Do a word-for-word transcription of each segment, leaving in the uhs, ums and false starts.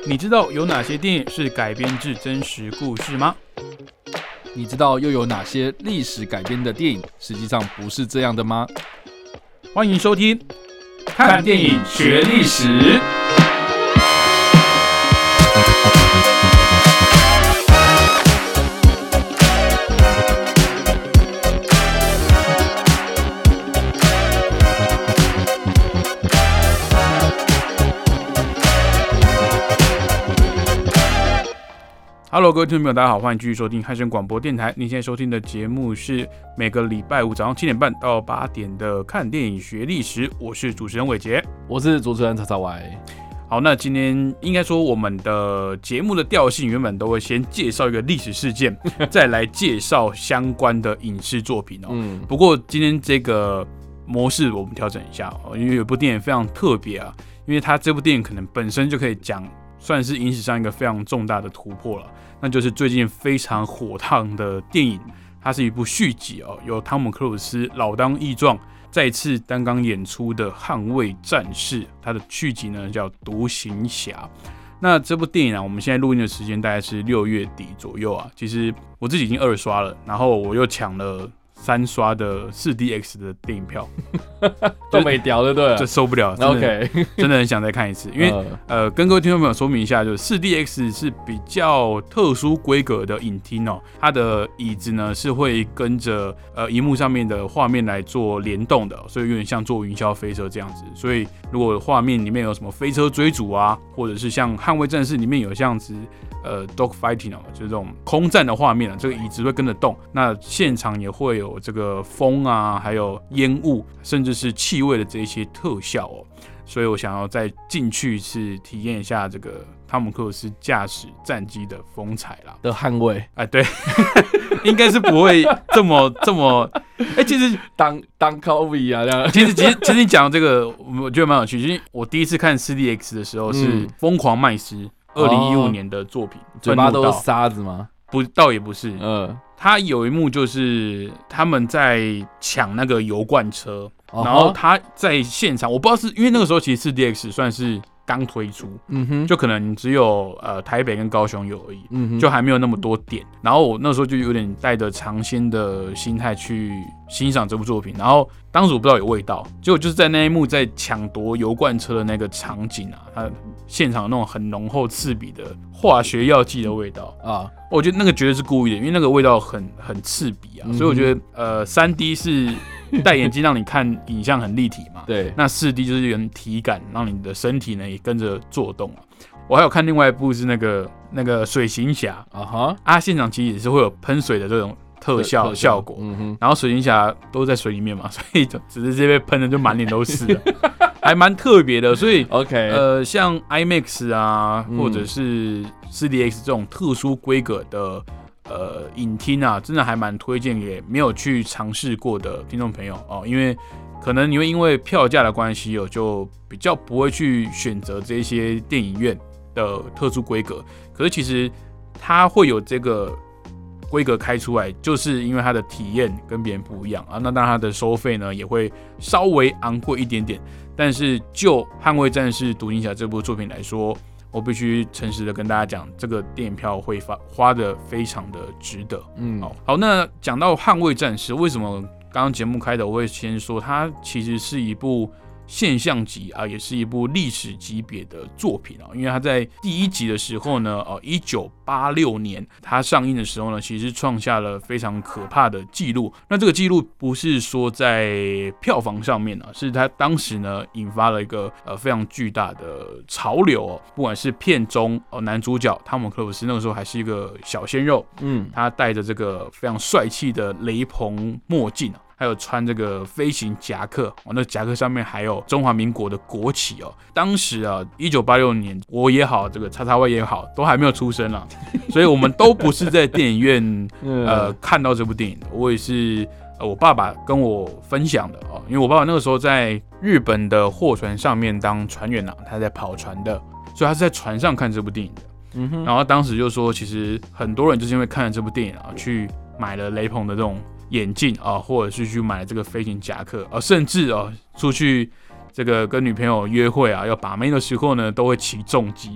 你知道有哪些电影是改编自真实故事吗？ 你知道又有哪些历史改编的电影实际上不是这样的吗？ 欢迎收听《看电影学历史》。Hello， 各位听众朋友，大家好，欢迎继续收听汉声广播电台。您现在收听的节目是每个礼拜五早上七点半到八点的看电影学历史，我是主持人伟杰， 我是主持人曹曹歪。 好，那今天应该说我们的节目的调性原本都会先介绍一个历史事件，再来介绍相关的影视作品哦。嗯，不过今天这个模式我们调整一下哦，因为有部电影非常特别啊，因为它这部电影可能本身就可以讲。算是影史上一个非常重大的突破了，那就是最近非常火烫的电影，它是一部续集哦，由汤姆克鲁斯老当益壮再次担纲演出的《捍卫战士》，它的续集呢叫《独行侠》。那这部电影啊，我们现在录音的时间大概是六月底左右啊，其实我自己已经二刷了，然后我又抢了三刷的 四 D X 的电影票， 都没掉，对不对？ 这受不了 ，OK， 真的很想再看一次。因为、uh, 呃，跟各位听众朋友说明一下，就是 四 D X 是比较特殊规格的影厅哦，它的椅子呢是会跟着呃荧幕上面的画面来做联动的，所以有点像坐云霄飞车这样子。所以如果画面里面有什么飞车追逐啊，或者是像《捍卫战士》里面有这样子。呃 ，dog fighting 哦，就是这种空战的画面啊，这个椅子会跟着动。那现场也会有这个风啊，还有烟雾，甚至是气味的这一些特效哦。所以我想要再进去是体验一下这个汤姆克鲁斯驾驶战机的风采啦。 的捍卫， 哎，对，应该是不会这么这么。哎、欸，其实当当 Kobe 啊，这样。 其实其实其实你讲的这个，我觉得蛮有趣。因为我第一次看 四 D X 的时候是《疯狂麦斯》。二零一五年的作品，哦、 嘴巴都是沙子吗？ 不，倒也不是。嗯、呃，他有一幕就是他们在抢那个油罐车，哦、然后他在现场，我不知道是因为那个时候其实 四 D X 算是刚推出，嗯哼，就可能只有呃台北跟高雄有而已，嗯哼，就还没有那么多点。然后我那时候就有点带着尝鲜的心态去欣赏这部作品，然后当时我不知道有味道，结果就是在那一幕在抢夺油罐车的那个场景啊，它现场有那种很浓厚刺鼻的化学药剂的味道啊，我觉得那个绝对是故意的，因为那个味道很很刺鼻啊，嗯、所以我觉得呃三 D 是戴眼镜让你看影像很立体嘛， 对， 那四 D 就是有点体感，让你的身体呢也跟着做动啊。我还有看另外一部是那个那个水行侠啊哈，啊现场其实也是会有喷水的这种。特效, 特效效果、嗯，然后水行侠都在水里面嘛，所以就只是这边喷的就满脸都是了，还蛮特别的。所以 ，OK， 呃，像 IMAX 啊，或者是 四 D X 这种特殊规格的呃影厅啊，真的还蛮推荐给没有去尝试过的听众朋友哦，因为可能你会因为票价的关系哦，就比较不会去选择这些电影院的特殊规格，可是其实它会有这个。规格开出来，就是因为它的体验跟别人不一样啊。那当然它的收费呢也会稍微昂贵一点点，但是就《捍卫战士：独行侠》这部作品来说，我必须诚实的跟大家讲，这个电影票会花的非常的值得。嗯，好，好，那讲到《捍卫战士》，为什么刚刚节目开头我会先说它其实是一部。现象级啊，也是一部历史级别的作品啊，因为它在第一集的时候呢，哦，一九八六年它上映的时候呢，其实创下了非常可怕的记录。那这个记录不是说在票房上面啊，是它当时呢引发了一个呃非常巨大的潮流哦，不管是片中哦男主角汤姆克鲁斯那个时候还是一个小鲜肉，嗯，他戴着这个非常帅气的雷朋墨镜啊。还有穿这个飞行夹克，哦，那夹克上面还有中华民国的国旗哦。当时啊，一九八六年，我也好，这个叉叉 Y 也好，都还没有出生啦，所以我们都不是在电影院呃看到这部电影的。我也是呃我爸爸跟我分享的哦，因为我爸爸那个时候在日本的货船上面当船员啊，他在跑船的，所以他是在船上看这部电影的。嗯哼，然后当时就说，其实很多人就是因为看了这部电影啊，去买了雷朋的这种。眼镜啊，或者是去买这个飞行夹克啊，甚至啊出去这个跟女朋友约会啊，要把妹的时候呢，都会骑重机哦。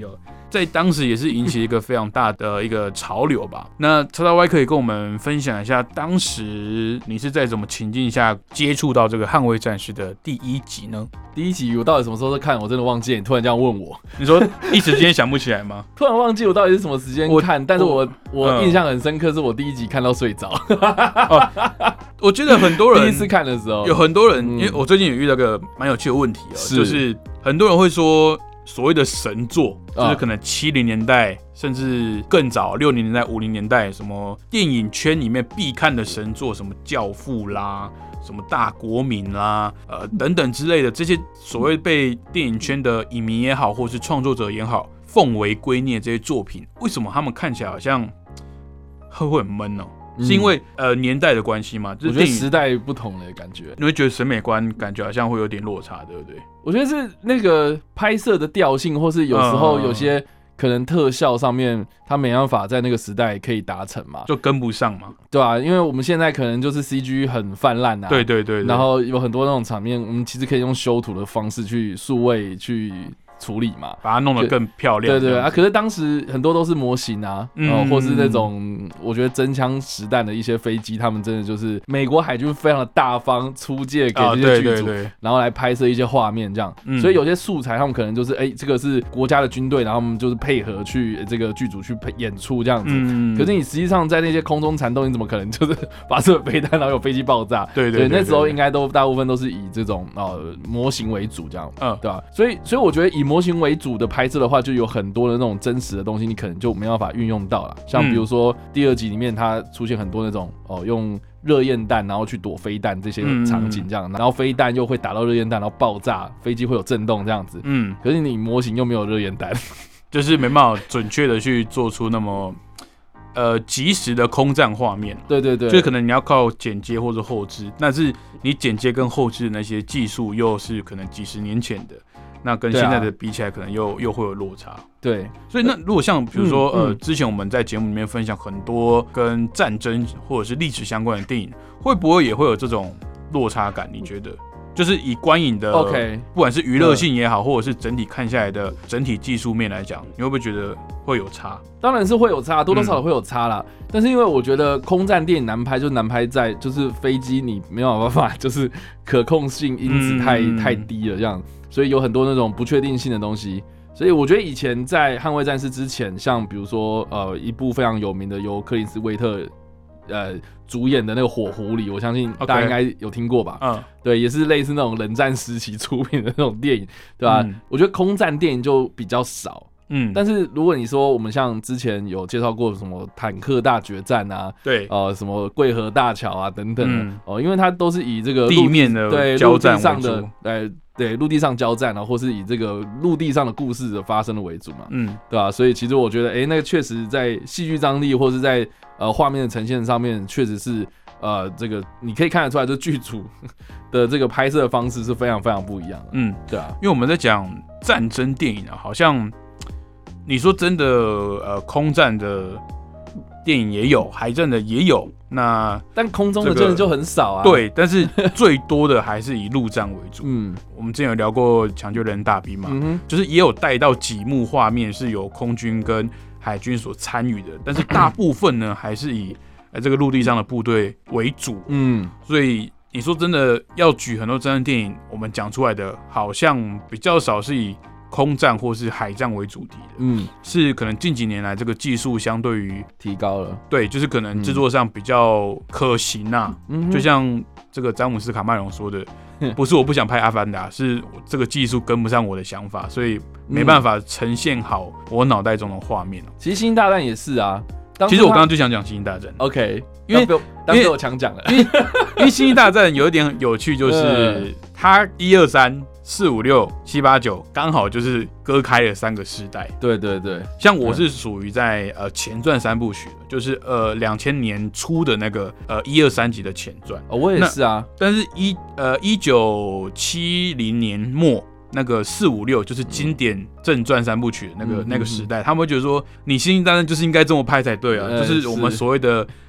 在当时也是引起一个非常大的一个潮流吧。那叉叉 Y 可以跟我们分享一下，当时你是在什么情境下接触到这个《捍卫战士》的第一集呢？ 第一集我到底什么时候在看？我真的忘记了，你突然这样问我， 你说一时间想不起来吗？ 突然忘记我到底是什么时间看，但是我 我, 我印象很深刻，是我第一集看到睡着。 哦，我觉得很多人第一次看的时候， 有很多人， 嗯、 因为我最近也遇到个蛮有趣的问题哦， 是就是很多人会说所谓的神作，就是可能七零年代、啊、甚至更早六零年代、五零年代，什么电影圈里面必看的神作，什么教父啦。什么大国民啦，呃等等之类的，这些所谓被电影圈的影迷也好，或是创作者也好，奉为圭臬这些作品，为什么他们看起来好像会很闷呢、喔？嗯、是因为呃年代的关系吗？就是、 我觉得时代不同的感觉， 你会觉得审美观感觉好像会有点落差，对不对？ 我觉得是那个拍摄的调性，或是有时候有些。可能特效上面，它没办法在那个时代可以达成嘛， 就跟不上嘛， 对啊，因为我们现在可能就是 C G 很泛滥啊， 对对 对, 对， 然后有很多那种场面，我们其实可以用修图的方式去数位去处理嘛， 把它弄得更漂亮。 对对对啊，可是当时很多都是模型啊，嗯、然后或是那种我觉得真枪实弹的一些飞机，他们真的就是美国海军非常的大方出借给这些剧组、啊，对对对，然后来拍摄一些画面这样、嗯，所以有些素材他们可能就是哎、欸，这个是国家的军队，然后我们就是配合去这个剧组去演出这样子。嗯、可是你实际上在那些空中缠斗，你怎么可能就是发射飞弹，然后有飞机爆炸？对 对, 对, 对, 对, 对，那时候应该都大部分都是以这种呃模型为主这样，嗯，对吧？所以所以我觉得以模型为主的拍摄的话，就有很多的那种真实的东西，你可能就没办法运用到了。像比如说第二集里面，它出现很多那种哦用热焰弹然后去躲飞弹这些场景，这样，然后飞弹又会打到热焰弹，然后爆炸，飞机会有震动这样子。嗯，可是你模型又没有热焰弹， 就是没办法准确的去做出那么。呃，即时的空战画面， 对对对， 就可能你要靠剪接或者后置，但是你剪接跟后置的那些技术又是可能几十年前的，那跟现在的比起来，可能又、啊、又会有落差。 对， 所以那如果像比如说、 嗯、 呃，之前我们在节目里面分享很多跟战争或者是历史相关的电影，会不会也会有这种落差感？你觉得？就是以观影的 ，OK， 不管是娱乐性也好，或者是整体看下来的整体技术面来讲，你会不会觉得会有差？ 当然是会有差，多多少少会有差啦。嗯、但是因为我觉得空战电影难拍，就难拍在就是飞机你没有办法，就是可控性因子太、嗯、太低了这样，所以有很多那种不确定性的东西。所以我觉得以前在《捍卫战士》之前，像比如说呃一部非常有名的由克里斯·威特呃主演的那个《火狐狸》，我相信大家应该有听过吧？嗯， okay. 对，也是类似那种冷战时期出品的那种电影，对吧？嗯、我觉得空战电影就比较少，嗯，但是如果你说我们像之前有介绍过什么坦克大决战啊， 对， 呃，什么桂河大桥啊等等的，哦、嗯呃，因为它都是以这个地面的交战为主， 对。对，陆地上交战，然后或是以这个陆地上的故事的发生的为主嘛，嗯，对吧、啊？所以其实我觉得，哎、欸，那个确实在戏剧张力或是在呃画面的呈现上面，确实是呃这个你可以看得出来，就剧组的这个拍摄方式是非常非常不一样的，嗯，对啊， 因为我们在讲战争电影啊，好像你说真的，呃，空战的电影也有，海战的也有。那但空中的真的就很少啊。 对，但是最多的还是以陆战为主。嗯，我们之前有聊过《抢救人大兵》嘛，嗯、就是也有带到几幕画面是由空军跟海军所参与的，但是大部分呢还是以呃这个陆地上的部队为主。嗯，所以你说真的要举很多战争电影，我们讲出来的好像比较少是以空战或是海战为主题的，嗯，是可能近几年来这个技术相对于提高了， 对，就是可能制作上比较可行啊，嗯、就像这个詹姆斯卡麦隆说的，不是我不想拍阿凡达，是这个技术跟不上我的想法，所以没办法呈现好我脑袋中的画面、喔。 其实星大战也是啊， 其实我刚刚就想讲星星大战 ，OK， 因为当时我强讲了， 因为因为星星大战有一点有趣，就是它一二三。四五六七八九刚好就是割开了三个世代。 对对对， 像我是属于在呃前传三部曲的，就是呃两千年初的那个呃一二三集的前传。 哦，我也是啊。 但是一呃一九七零年末那个四五六就是经典正传三部曲的那个、嗯、那个时代，他们会觉得说你星星大战就是应该这么拍才对啊，嗯、就是我们所谓的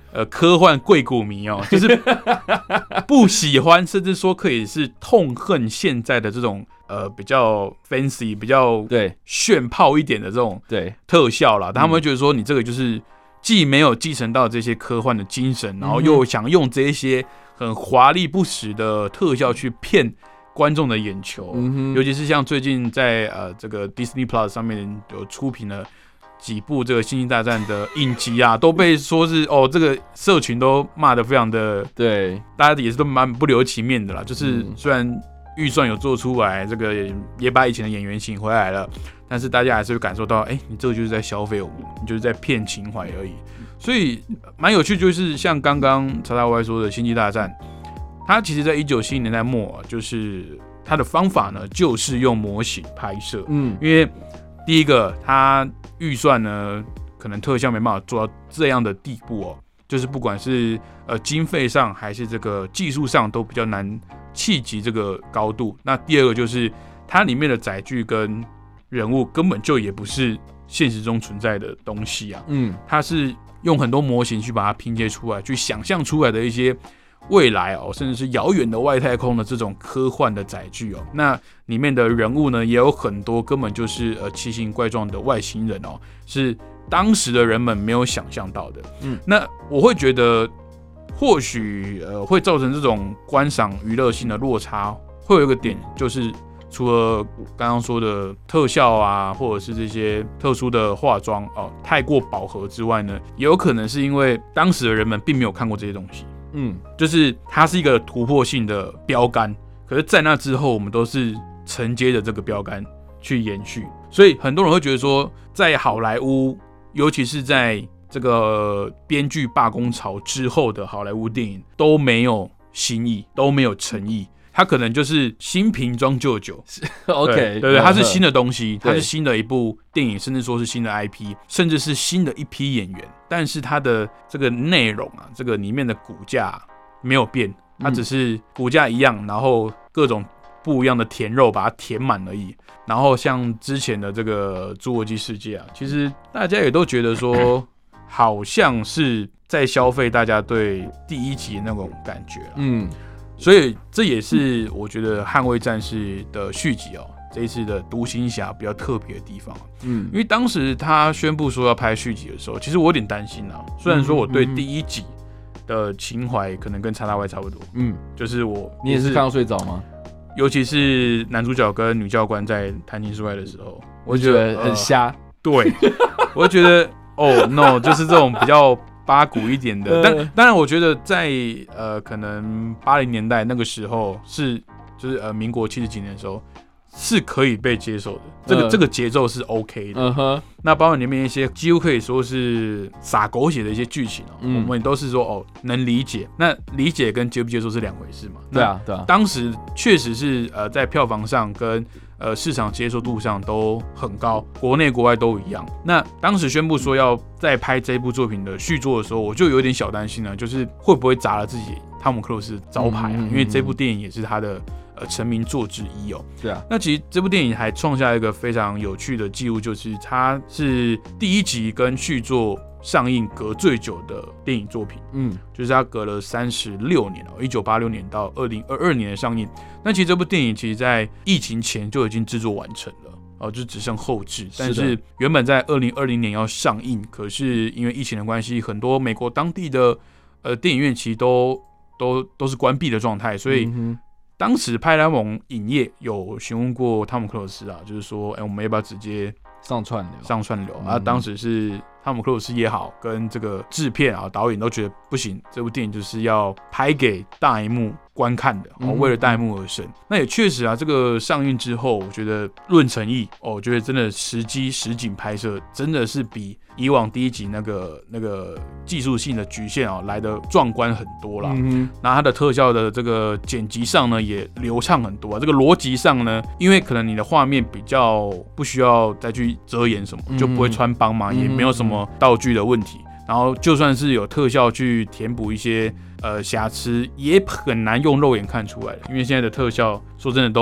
呃科幻贵股迷哦，就是不喜欢，甚至说可以是痛恨现在的这种呃比较 fancy、比较对炫炮一点的这种对特效啦，他们会觉得说你这个就是既没有继承到这些科幻的精神，然后又想用这些很华丽不实的特效去骗观众的眼球，嗯、尤其是像最近在呃这个 Disney Plus 上面有出品了几部这个《星际大战》的影集啊，都被说是哦这个社群都骂得非常的对， 大家也是都蛮不留情面的啦。就是虽然预算有做出来，这个也把以前的演员请回来了，但是大家还是会感受到，哎、欸，你这个就是在消费我们，你就是在骗情怀而已。所以蛮有趣，就是像刚刚叉叉 Y 说的《星际大战》。它其实，在一九七零年代末、啊，就是它的方法呢，就是用模型拍摄。嗯，因为第一个，它预算呢，可能特效没办法做到这样的地步哦，就是不管是呃经费上还是这个技术上，都比较难企及这个高度。那第二个就是它里面的载具跟人物根本就也不是现实中存在的东西啊。嗯，它是用很多模型去把它拼接出来，去想象出来的一些。未来哦，甚至是遥远的外太空的这种科幻的载具哦，那里面的人物呢，也有很多根本就是呃奇形怪状的外星人哦，是当时的人们没有想象到的。嗯，那我会觉得，或许呃会造成这种观赏娱乐性的落差，会有一个点就是。除了刚刚说的特效啊，或者是这些特殊的化妆哦，太过饱和之外呢，也有可能是因为当时的人们并没有看过这些东西。嗯，就是它是一个突破性的标杆，可是，在那之后，我们都是承接着这个标杆去延续，所以很多人会觉得说，在好莱坞，尤其是在这个编剧罢工潮之后的好莱坞电影，都没有新意，都没有诚意。它可能就是新瓶装旧酒 ，OK， 对对对，它是新的东西，它是新的一部电影，甚至说是新的 I P， 甚至是新的一批演员，但是它的这个内容啊，这个里面的骨架没有变，它只是骨架一样，然后各种不一样的甜肉把它填满而已。然后像之前的这个《侏罗纪世界》啊，其实大家也都觉得说，好像是在消费大家对第一集的那种感觉，嗯。所以这也是我觉得《捍卫战士》的续集哦，这一次的独行侠比较特别的地方。嗯，因为当时他宣布说要拍续集的时候，其实我有点担心啊。虽然说我对第一集的情怀可能跟叉叉 Y 差不多，嗯，就是我你也是看到睡着吗？ 尤其是男主角跟女教官在谈情说爱的时候， 我觉得很瞎。呃、 对，我觉得哦 no， 就是这种比较。八股一点的，但当然，我觉得在呃，可能八零年代那个时候是，就是呃，民国七十几年的时候是可以被接受的，这个、呃、这个节奏是 OK 的。Uh-huh. 那包括里面一些几乎可以说是撒狗血的一些剧情、喔嗯、我们都是说哦能理解，那理解跟接不接受是两回事嘛。 对啊，对啊。 当时确实是呃，在票房上跟呃，市场接受度上都很高，国内国外都一样。那当时宣布说要再拍这部作品的续作的时候，我就有点小担心了，就是会不会砸了自己汤姆克鲁斯的招牌啊？嗯嗯嗯嗯因为这部电影也是他的呃成名作之一哦。 对啊。 那其实这部电影还创下一个非常有趣的记录，就是它是第一集跟续作上映隔最久的电影作品，嗯，就是它隔了三十六年哦，一九八六年到二零二二年的上映。那其实这部电影其实在疫情前就已经制作完成了，哦，就只剩后制。但是原本在二零二零年要上映，可是因为疫情的关系，很多美国当地的呃电影院其实都都都是关闭的状态，所以。嗯当时派拉蒙影业有询问过汤姆克鲁斯啊，就是说，哎、欸，我们要不要直接上串流？ 上串流、嗯、啊？当时是汤姆克鲁斯也好，跟这个制片啊、导演都觉得不行，这部电影就是要拍给大荧幕观看的，哦，为了大荧幕而生。嗯、那也确实啊，这个上映之后，我觉得论诚意，哦，我觉得真的实机实景拍摄真的是比以往第一集那个那个技术性的局限啊来的壮观很多啦。嗯，那它的特效的这个剪辑上呢也流畅很多啊。这个逻辑上呢，因为可能你的画面比较不需要再去遮掩什么，嗯、就不会穿帮嘛，嗯、也没有什么道具的问题。然后就算是有特效去填补一些呃瑕疵，也很难用肉眼看出来的，因为现在的特效说真的都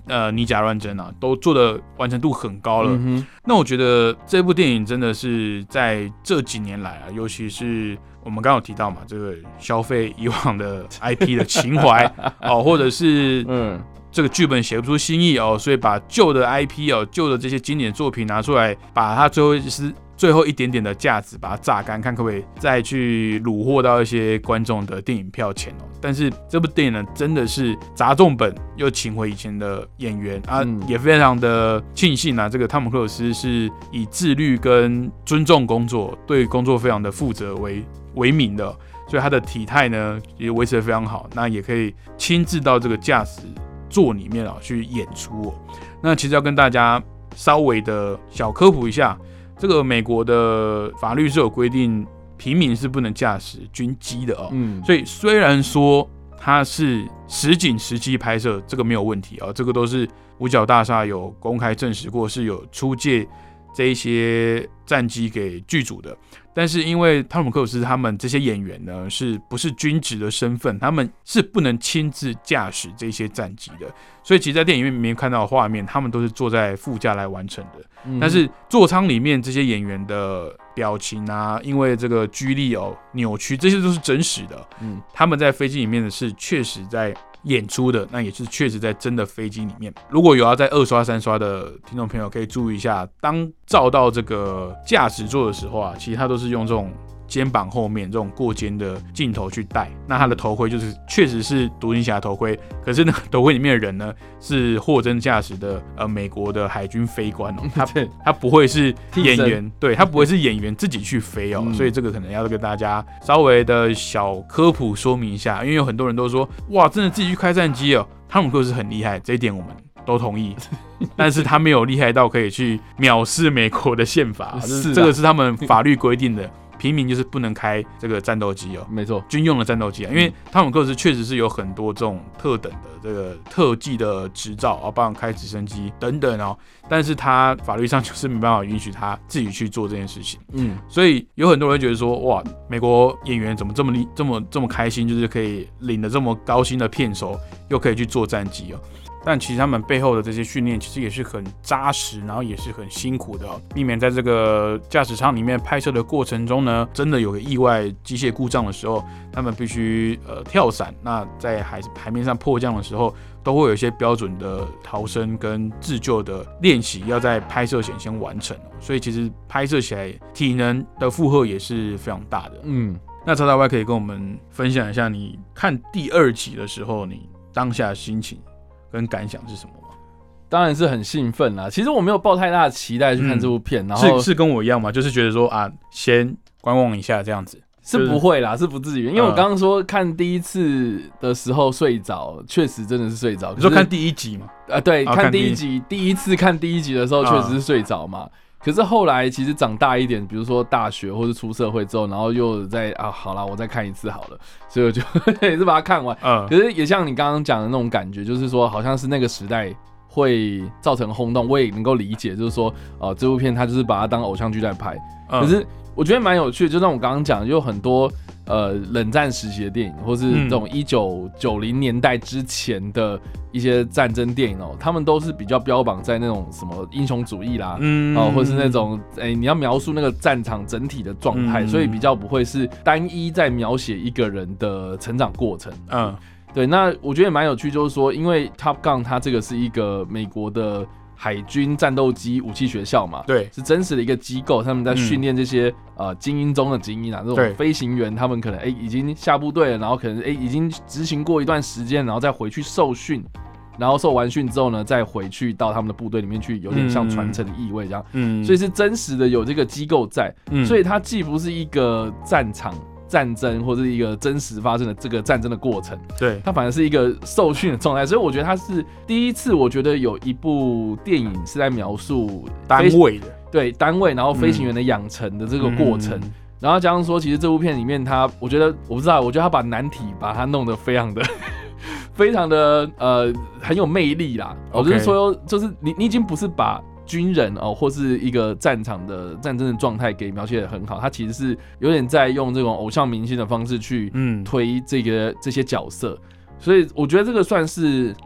呃尼甲乱真啊，都做的完成度很高了。嗯、那我觉得这部电影真的是在这几年来啊，尤其是我们刚刚有提到嘛，这个消费以往的 I P 的情怀哦，或者是嗯。这个剧本写不出新意哦，所以把旧的 I P 哦、旧的这些经典作品拿出来，把它最后是最后一点点的价值把它榨干，看可不可以再去虏获到一些观众的电影票钱哦。但是这部电影呢，真的是砸重本，又请回以前的演员啊，嗯、也非常的庆幸啊，这个汤姆克鲁斯是以自律跟尊重工作，对工作非常的负责为为名的，所以他的体态呢也维持得非常好，那也可以亲自到这个驾驶座里面啊去演出哦。那其实要跟大家稍微的小科普一下，这个美国的法律是有规定，平民是不能驾驶军机的哦。嗯，所以虽然说它是实景实机拍摄，这个没有问题啊，这个都是五角大厦有公开证实过，是有出借这一些战机给剧组的。但是因为汤姆克鲁斯他们这些演员呢，是不是军职的身份，他们是不能亲自驾驶这些战机的，所以其实在电影院里面看到的画面，他们都是坐在副驾来完成的。嗯、但是座舱里面这些演员的表情啊，因为这个居力哦扭曲，这些都是真实的。嗯，他们在飞机里面的是确实在演出的，那也是确实在真的飞机里面。如果有要在二刷三刷的听众朋友可以注意一下，当照到这个驾驶座的时候啊，其实它都是用这种肩膀后面这种过肩的镜头去戴，那他的头盔就是确实是独行侠头盔，可是那个头盔里面的人呢是货真价实的呃美国的海军飞官哦，他他不会是演员，对他不会是演员自己去飞哦，嗯、所以这个可能要跟大家稍微的小科普说明一下，因为有很多人都说哇，真的自己去开战机哦，汤姆克鲁斯很厉害，这一点我们都同意，但是他没有厉害到可以去藐视美国的宪法，是这个是他们法律规定的。平民就是不能开这个战斗机哦， 没错， 军用的战斗机啊，因为汤姆克鲁斯确实是有很多这种特等的这个特技的执照啊，包括开直升机等等哦，但是他法律上就是没办法允许他自己去做这件事情，嗯，所以有很多人觉得说，哇，美国演员怎么这么这么这么开心，就是可以领了这么高薪的片酬，又可以去做战机哦。但其实他们背后的这些训练其实也是很扎实，然后也是很辛苦的哦，避免在这个驾驶舱里面拍摄的过程中呢，真的有个意外机械故障的时候，他们必须呃跳伞，那在海海面上迫降的时候，都会有一些标准的逃生跟自救的练习，要在拍摄前先完成，所以其实拍摄起来体能的负荷也是非常大的。嗯，那叉叉 Y 可以跟我们分享一下，你看第二集的时候，你当下的心情跟感想是什么吗？ 当然是很兴奋啦。其实我没有抱太大的期待去看这部片，嗯、然后是, 是跟我一样嘛，就是觉得说啊，先观望一下这样子。 是不会啦，是不至于，因为我刚刚说看第一次的时候睡着，确实真的是睡着。 你说看第一集嘛？ 啊，对，看第一集，第一次看第一集的时候确实是睡着嘛。嗯、可是后来其实长大一点，比如说大学或是出社会之后，然后又在啊，好啦，我再看一次好了，所以我就也是把它看完。嗯，可是也像你刚刚讲的那种感觉，就是说好像是那个时代会造成轰动，我也能够理解，就是说，呃，这部片它就是把它当偶像剧在拍。嗯、可是我觉得蛮有趣的，就像我刚刚讲，有很多呃冷战时期的电影，或是这种一九九零年代之前的一些战争电影哦，他们都是比较标榜在那种什么英雄主义啦，嗯，哦，或是那种哎、欸、你要描述那个战场整体的状态，嗯、所以比较不会是单一在描写一个人的成长过程。嗯，对，那我觉得也蛮有趣，就是说，因为 Top Gun 它这个是一个美国的海军战斗机武器学校嘛， 对， 是真实的一个机构，他们在训练这些、嗯、呃精英中的精英啊，这种飞行员，他们可能哎、欸、已经下部队了，然后可能哎、欸、已经执行过一段时间，然后再回去受训，然后受完训之后呢，再回去到他们的部队里面去，有点像传承的意味这样，嗯，所以是真实的有这个机构在，嗯，所以它既不是一个战场战争或者一个真实发生的这个战争的过程， 对， 它反而是一个受训的状态，所以我觉得它是第一次，我觉得有一部电影是在描述单位的， 对单位，然后飞行员的养成的这个过程，嗯、然后加上说，其实这部片里面它，我觉得我不知道，我觉得它把难题把它弄得非常的。非常的呃很有魅力啦，我、okay. 就是说，就是你你已经不是把军人哦，或是一个战场的战争的状态给描写得很好，他其实是有点在用这种偶像明星的方式去推这个、嗯、这些角色，所以我觉得这个算是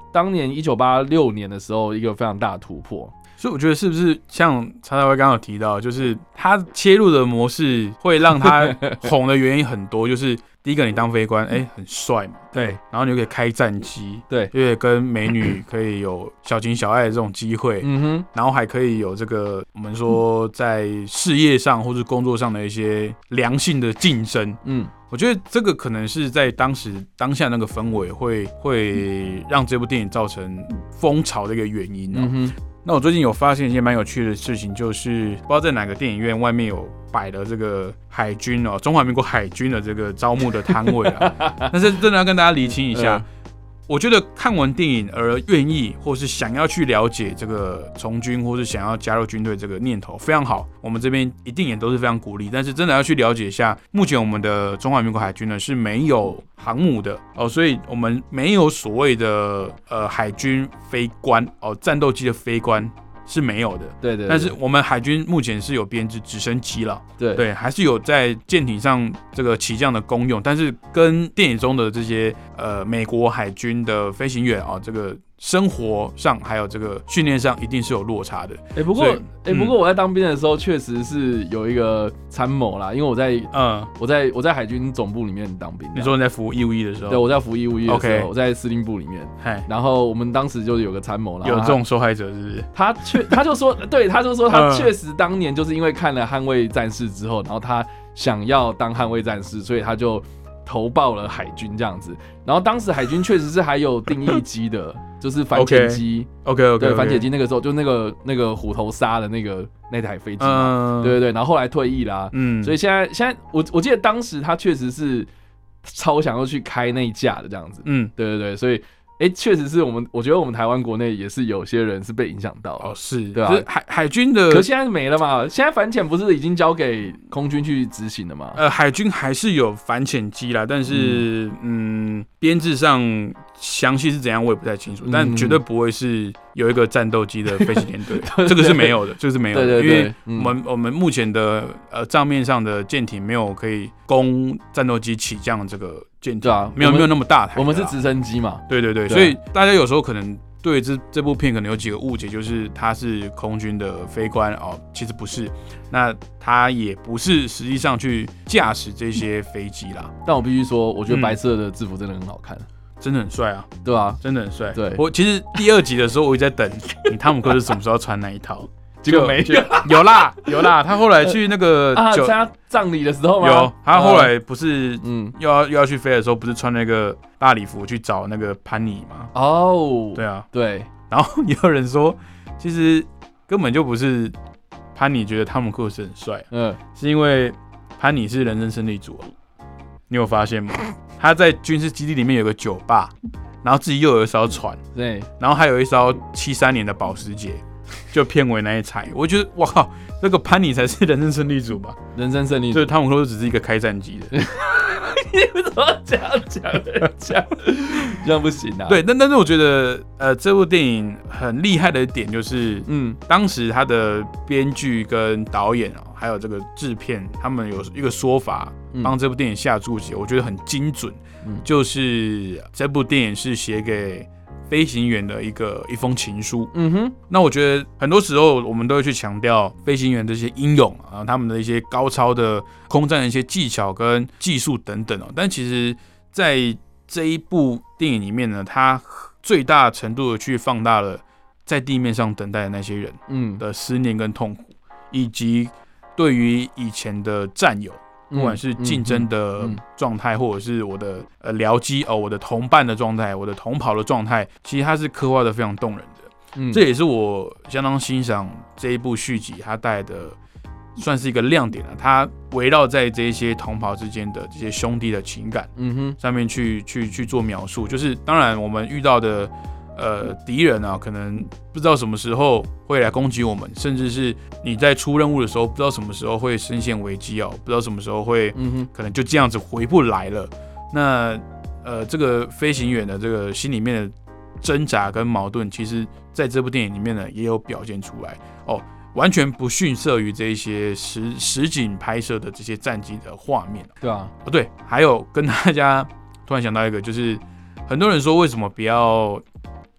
当年一九八六年的时候一个非常大的突破。 所以我觉得是不是像查大威刚刚有提到，就是他切入的模式会让他红的原因很多，就是第一个你当飞官，哎、欸，很帅嘛， 对， 然后你就可以开战机， 对， 因为跟美女可以有小情小爱的这种机会，嗯哼，然后还可以有这个我们说在事业上或是工作上的一些良性的晋升，嗯。我觉得这个可能是在当时当下那个氛围会会让这部电影造成风潮的一个原因、喔。嗯、那我最近有发现一件蛮有趣的事情，就是不知道在哪个电影院外面有摆了这个海军哦、喔，中华民国海军的这个招募的摊位啊。但是真的要跟大家厘清一下。呃我觉得看完电影而愿意或是想要去了解这个从军或是想要加入军队这个念头非常好，我们这边一定也都是非常鼓励。但是真的要去了解一下，目前我们的中华民国海军呢是没有航母的哦，所以我们没有所谓的呃海军飞官哦，战斗机的飞官。是没有的， 对 对, 对。 但是我们海军目前是有编制直升机了， 对对，还是有在舰艇上这个起降的功用，但是跟电影中的这些呃美国海军的飞行员啊，这个生活上还有这个训练上一定是有落差的。 哎、欸，不过哎、欸，不过我在当兵的时候确实是有一个参谋啦，因为我在嗯，我在我在海军总部里面当兵。 你说你在服义务役的时候？ 对，我在服义务役的时候， okay. 我在司令部里面。然后我们当时就是有个参谋啦， 有这种受害者是不是？ 他确他就说，对，他就说他确实当年就是因为看了《捍卫战士》之后，然后他想要当捍卫战士，所以他就投报了海军这样子。然后当时海军确实是还有定翼机的，就是反潜机。 OK OK， 对，反潜机那个时候就那个那个虎头鲨的那个那台飞机嘛，嗯、对对对。然后后来退役啦，嗯，所以现在现在我我记得当时他确实是超想要去开那一架的这样子，嗯，对对对，所以。哎，确实是我们，我觉得我们台湾国内也是有些人是被影响到哦，是， 对啊， 海海军的， 可现在没了嘛？现在反潜不是已经交给空军去执行了吗？ 呃，海军还是有反潜机啦，但是嗯，编、嗯、制上详细是怎样我也不太清楚，嗯、但绝对不会是有一个战斗机的飞行舰队，这个是没有的，这个是没有的， 对对对， 因为我们、嗯、我们目前的呃账面上的舰艇没有可以供战斗机起降的这个。对啊，没有没有那么大台， 我们是直升机嘛。 对对对，所以大家有时候可能对这这部片可能有几个误解，就是它是空军的飞官哦，其实不是，那他也不是实际上去驾驶这些飞机啦。 但我必须说，我觉得白色的制服真的很好看， 嗯、真的很帅啊， 对啊， 真的很帅。 对， 我其实第二集的时候，我一直在等你汤姆克鲁斯什么时候穿那一套。 结果没有， 有啦有啦，他后来去那个啊参加葬礼的时候吗？ 有，他后来不是嗯又要又要去飞的时候，不是穿那个大礼服去找那个潘妮吗？ 哦， 对啊， 对。 然后也有人说，其实根本就不是潘妮觉得汤姆克鲁斯很帅，嗯，是因为潘妮是人生胜利组啊。你有发现吗？他在军事基地里面有个酒吧，然后自己又有一艘船， 对， 然后还有一艘七三年的保时捷。就片尾那一台，我觉得哇靠，这个潘妮才是人生胜利组吧？ 人生胜利组， 所以汤姆克鲁斯只是一个开战机的。 你为什么这样讲？这样这样不行啊！ 对，但但是我觉得，呃，这部电影很厉害的一点就是，嗯，当时他的编剧跟导演啊、喔，还有这个制片，他们有一个说法，帮这部电影下注解，我觉得很精准，嗯、就是这部电影是写给。飞行员的一个一封情书，嗯哼，那我觉得很多时候我们都会去强调飞行员这些英勇啊，他们的一些高超的空战的一些技巧跟技术等等哦，但其实在这一部电影里面呢，它最大程度的去放大了在地面上等待的那些人，嗯的思念跟痛苦，以及对于以前的战友。不管是竞争的状态，或者是我的呃僚机哦，我的同伴的状态，我的同袍的状态，其实它是刻画的非常动人的。嗯，这也是我相当欣赏这一部续集它带来的算是一个亮点了。它围绕在这些同袍之间的这些兄弟的情感，嗯哼，上面去去去做描述。就是当然我们遇到的。呃，敌人啊，可能不知道什么时候会来攻击我们，甚至是你在出任务的时候，不知道什么时候会深陷危机哦，不知道什么时候会，嗯、可能就这样子回不来了。那呃，这个飞行员的这个心里面的挣扎跟矛盾，其实在这部电影里面呢，也有表现出来哦，完全不逊色于这一些实实景拍摄的这些战机的画面。 对啊， 哦对，还有跟大家突然想到一个，就是很多人说为什么不要。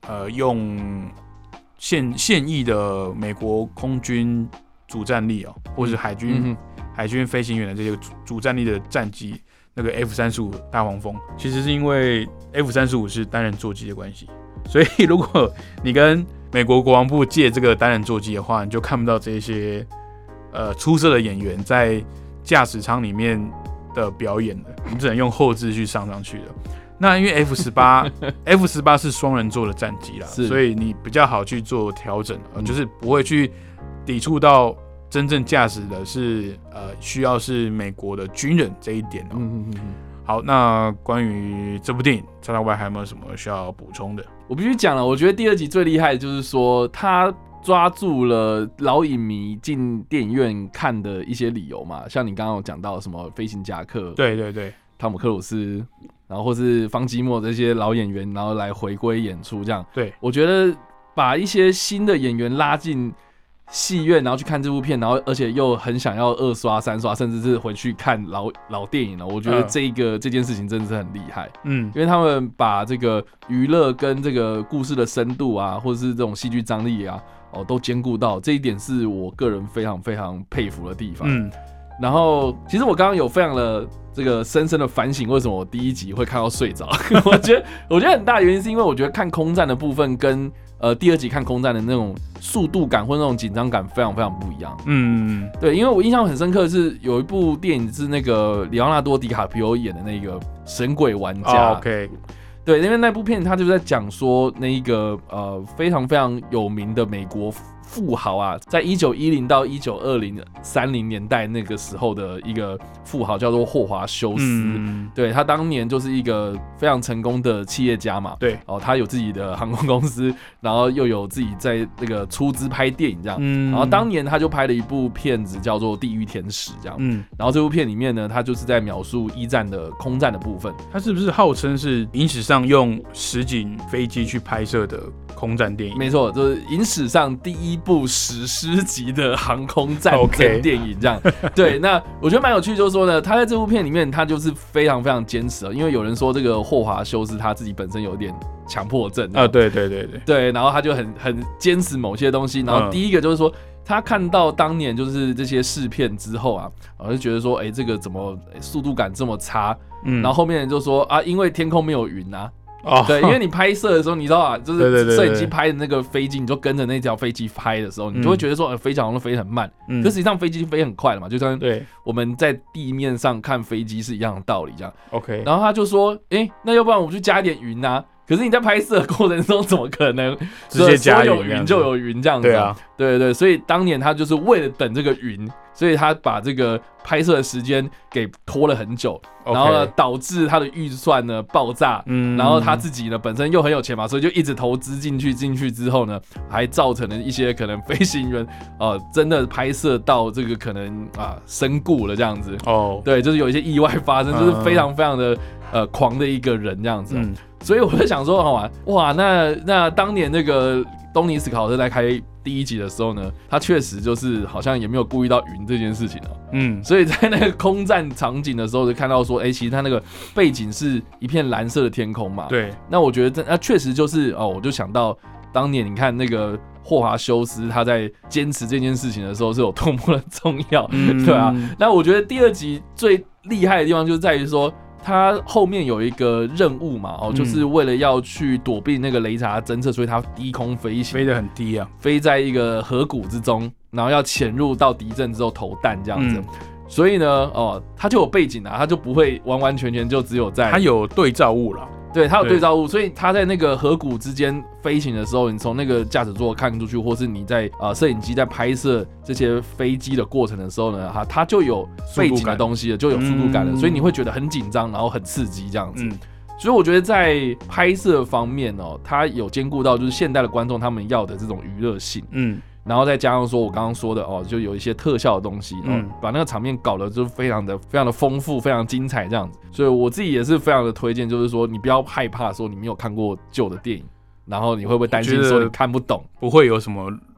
呃用现现役的美国空军主战力哦，或者是海军、嗯、海军飞行员的这些主主战力的战机，那个 F 三十五 大黄蜂，其实是因为 F 三十五 是单人座机的关系，所以如果你跟美国国防部借这个单人座机的话，你就看不到这些呃出色的演员在驾驶舱里面的表演的，你只能用后置去上上去的。那因为 F 十八 F 十八 是双人座的战机啦，所以你比较好去做调整、呃，就是不会去抵触到真正驾驶的是呃需要是美国的军人这一点哦、喔。嗯嗯嗯。好，那关于这部电影，叉叉 Y 还有没有什么需要补充的？ 我必须讲了，我觉得第二集最厉害的就是说，他抓住了老影迷进电影院看的一些理由嘛，像你刚刚有讲到什么飞行夹克， 对对对， 汤姆克鲁斯，然后或是方基莫这些老演员，然后来回归演出这样。 对， 我觉得把一些新的演员拉进戏院，然后去看这部片，然后而且又很想要二刷、三刷，甚至是回去看老老电影了。我觉得这个、呃、这件事情真的是很厉害，嗯，因为他们把这个娱乐跟这个故事的深度啊，或者是这种戏剧张力啊，哦，都兼顾到，这一点是我个人非常非常佩服的地方。嗯，然后其实我刚刚有非常的这个深深的反省，为什么我第一集会看到睡着？我觉得我觉得很大的原因是因为我觉得看空战的部分跟呃第二集看空战的那种速度感或那种紧张感非常非常不一样。嗯，对，因为我印象很深刻的是有一部电影是那个里奥纳多·迪卡皮欧演的那个《神鬼玩家》。 Oh, OK。 对，因为那部片他就在讲说那一个呃非常非常有名的美国富豪啊，在一九一零到一九二零、三零年代那个时候的一个富豪叫做霍华修斯。嗯、对，他当年就是一个非常成功的企业家嘛。 对， 哦，他有自己的航空公司，然后又有自己在那个出资拍电影这样。嗯、然后当年他就拍了一部片子叫做《地狱天使》这样。嗯，然后这部片里面呢，他就是在描述一战的空战的部分。 他是不是号称是影史上用实景飞机去拍摄的空战电影？ 没错，就是影史上第一部史诗级的航空战争电影，这样。Okay. 对，那我觉得蛮有趣，就是说呢，他在这部片里面，他就是非常非常坚持，因为有人说这个霍华修斯他自己本身有点强迫症啊，对对对对， 对，然后他就很很坚持某些东西，然后第一个就是说。他看到当年就是这些试片之后啊，我就觉得说，哎、欸，这个怎么速度感这么差？嗯，然后后面人就说啊，因为天空没有云啊。哦，对，因为你拍摄的时候，你知道啊，就是摄影机拍的那个飞机，你就跟着那条飞机拍的时候，你就会觉得说，呃，飞机好像飞很慢，嗯，可实际上飞机飞很快了嘛，就像我们在地面上看飞机是一样的道理，这样。 OK， 然后他就说，哎、欸，那要不然我们去加一点云啊？可是你在拍摄的过程中，怎么可能直接加有云就有云这样子？ 对啊， 对对对，所以当年他就是为了等这个云，所以他把这个拍摄的时间给拖了很久， okay. 然后呢，导致他的预算呢爆炸，嗯，然后他自己呢本身又很有钱嘛，所以就一直投资进去，进去之后呢，还造成了一些可能飞行员呃真的拍摄到这个可能啊身故了这样子，哦，对，就是有一些意外发生，就是非常非常的呃狂的一个人这样子。嗯，所以我在想说，好玩哇，那那当年那个东尼史考特在开第一集的时候呢，他确实就是好像也没有顾意到云这件事情啊。嗯，所以在那个空战场景的时候，就看到说，哎、欸，其实他那个背景是一片蓝色的天空嘛。 对， 那我觉得这那确实就是哦，我就想到当年你看那个霍华修斯他在坚持这件事情的时候是有多么的重要，嗯、对啊。那我觉得第二集最厉害的地方就在于说。他后面有一个任务嘛，哦，就是为了要去躲避那个雷达侦测，所以他低空飞行， 飞得很低啊， 飞在一个河谷之中，然后要潜入到敌阵之后投弹这样子。嗯、所以呢，哦，他就有背景啊，他就不会完完全全就只有在， 他有对照物了。 对，他有对照物，所以他在那个河谷之间飞行的时候，你从那个驾驶座看出去，或是你在呃摄影机在拍摄这些飞机的过程的时候呢，它它就有背景的东西了，就有速度感了，嗯、所以你会觉得很紧张，然后很刺激这样子。嗯、所以我觉得在拍摄方面哦，它有兼顾到就是现代的观众他们要的这种娱乐性。嗯。然后再加上说，我刚刚说的哦，就有一些特效的东西，嗯，把那个场面搞得就非常的、非常的丰富、非常精彩这样子。所以我自己也是非常的推荐，就是说你不要害怕说你没有看过旧的电影，然后你会不会担心说你看不懂？ 不会有什么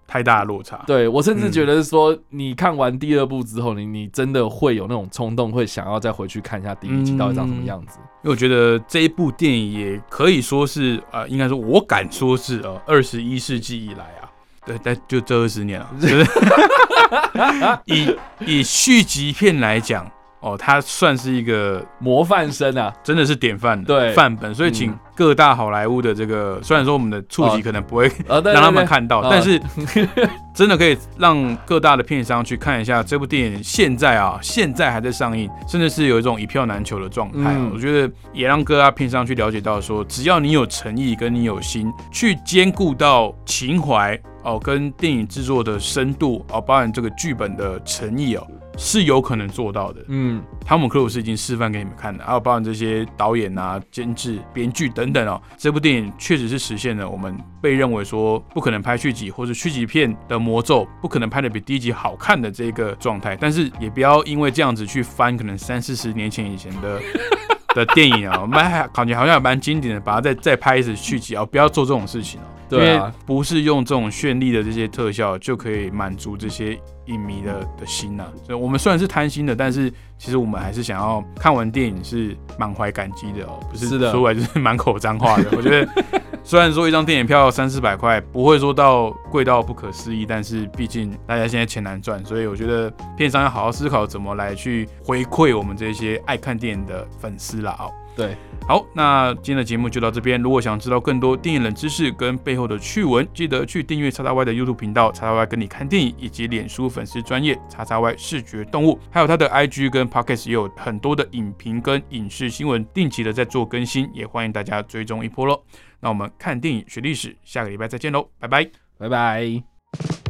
太大的落差。 对，我甚至觉得说，你看完第二部之后，你你真的会有那种冲动，会想要再回去看一下第一集到底长什么样子。嗯、 因为我觉得这一部电影也可以说是呃，应该说我敢说是呃，二十一世纪以来啊，对，但就这二十年啊，就是以以续集片来讲。哦，它算是一个模范生啊， 真的是典范的对范本，所以请各大好莱坞的这个，嗯、虽然说我们的触及可能不会让他们看到， 哦、 但是真的可以让各大的片商去看一下这部电影。现在啊，现在还在上映，甚至是有一种一票难求的状态。嗯、我觉得也让各大片商去了解到说，只要你有诚意跟你有心，去兼顾到情怀哦，跟电影制作的深度哦，包含这个剧本的诚意哦。是有可能做到的，嗯，汤姆克鲁斯已经示范给你们看了，还有包含这些导演啊、监制、编剧等等哦，这部电影确实是实现了我们被认为说不可能拍续集或者续集片的魔咒，不可能拍的比第一集好看的这个状态，但是也不要因为这样子去翻可能三四十年前以前的的电影啊，蛮感觉好像蛮经典的，把它再再拍一次续集啊，不要做这种事情哦。 对啊， 因为不是用这种绚丽的这些特效就可以满足这些影迷的的心呐、啊。所以我们虽然是贪心的，但是其实我们还是想要看完电影是满怀感激的哦，不是说出来就是满口脏话的。我觉得虽然说一张电影票三四百块，不会说到贵到不可思议，但是毕竟大家现在钱难赚，所以我觉得片商要好好思考怎么来去回馈我们这些爱看电影的粉丝啦哦。 对， 好，那今天的节目就到这边。如果想知道更多电影冷知识跟背后的趣闻，记得去订阅叉叉 Y 的 YouTube 频道，叉叉 Y 跟你看电影，以及脸书粉丝专页叉叉 Y 视觉动物，还有他的 I G 跟 Podcast 也有很多的影评跟影视新闻，定期的在做更新，也欢迎大家追踪一波咯。那我们看电影学历史，下个礼拜再见喽，拜拜， 拜拜。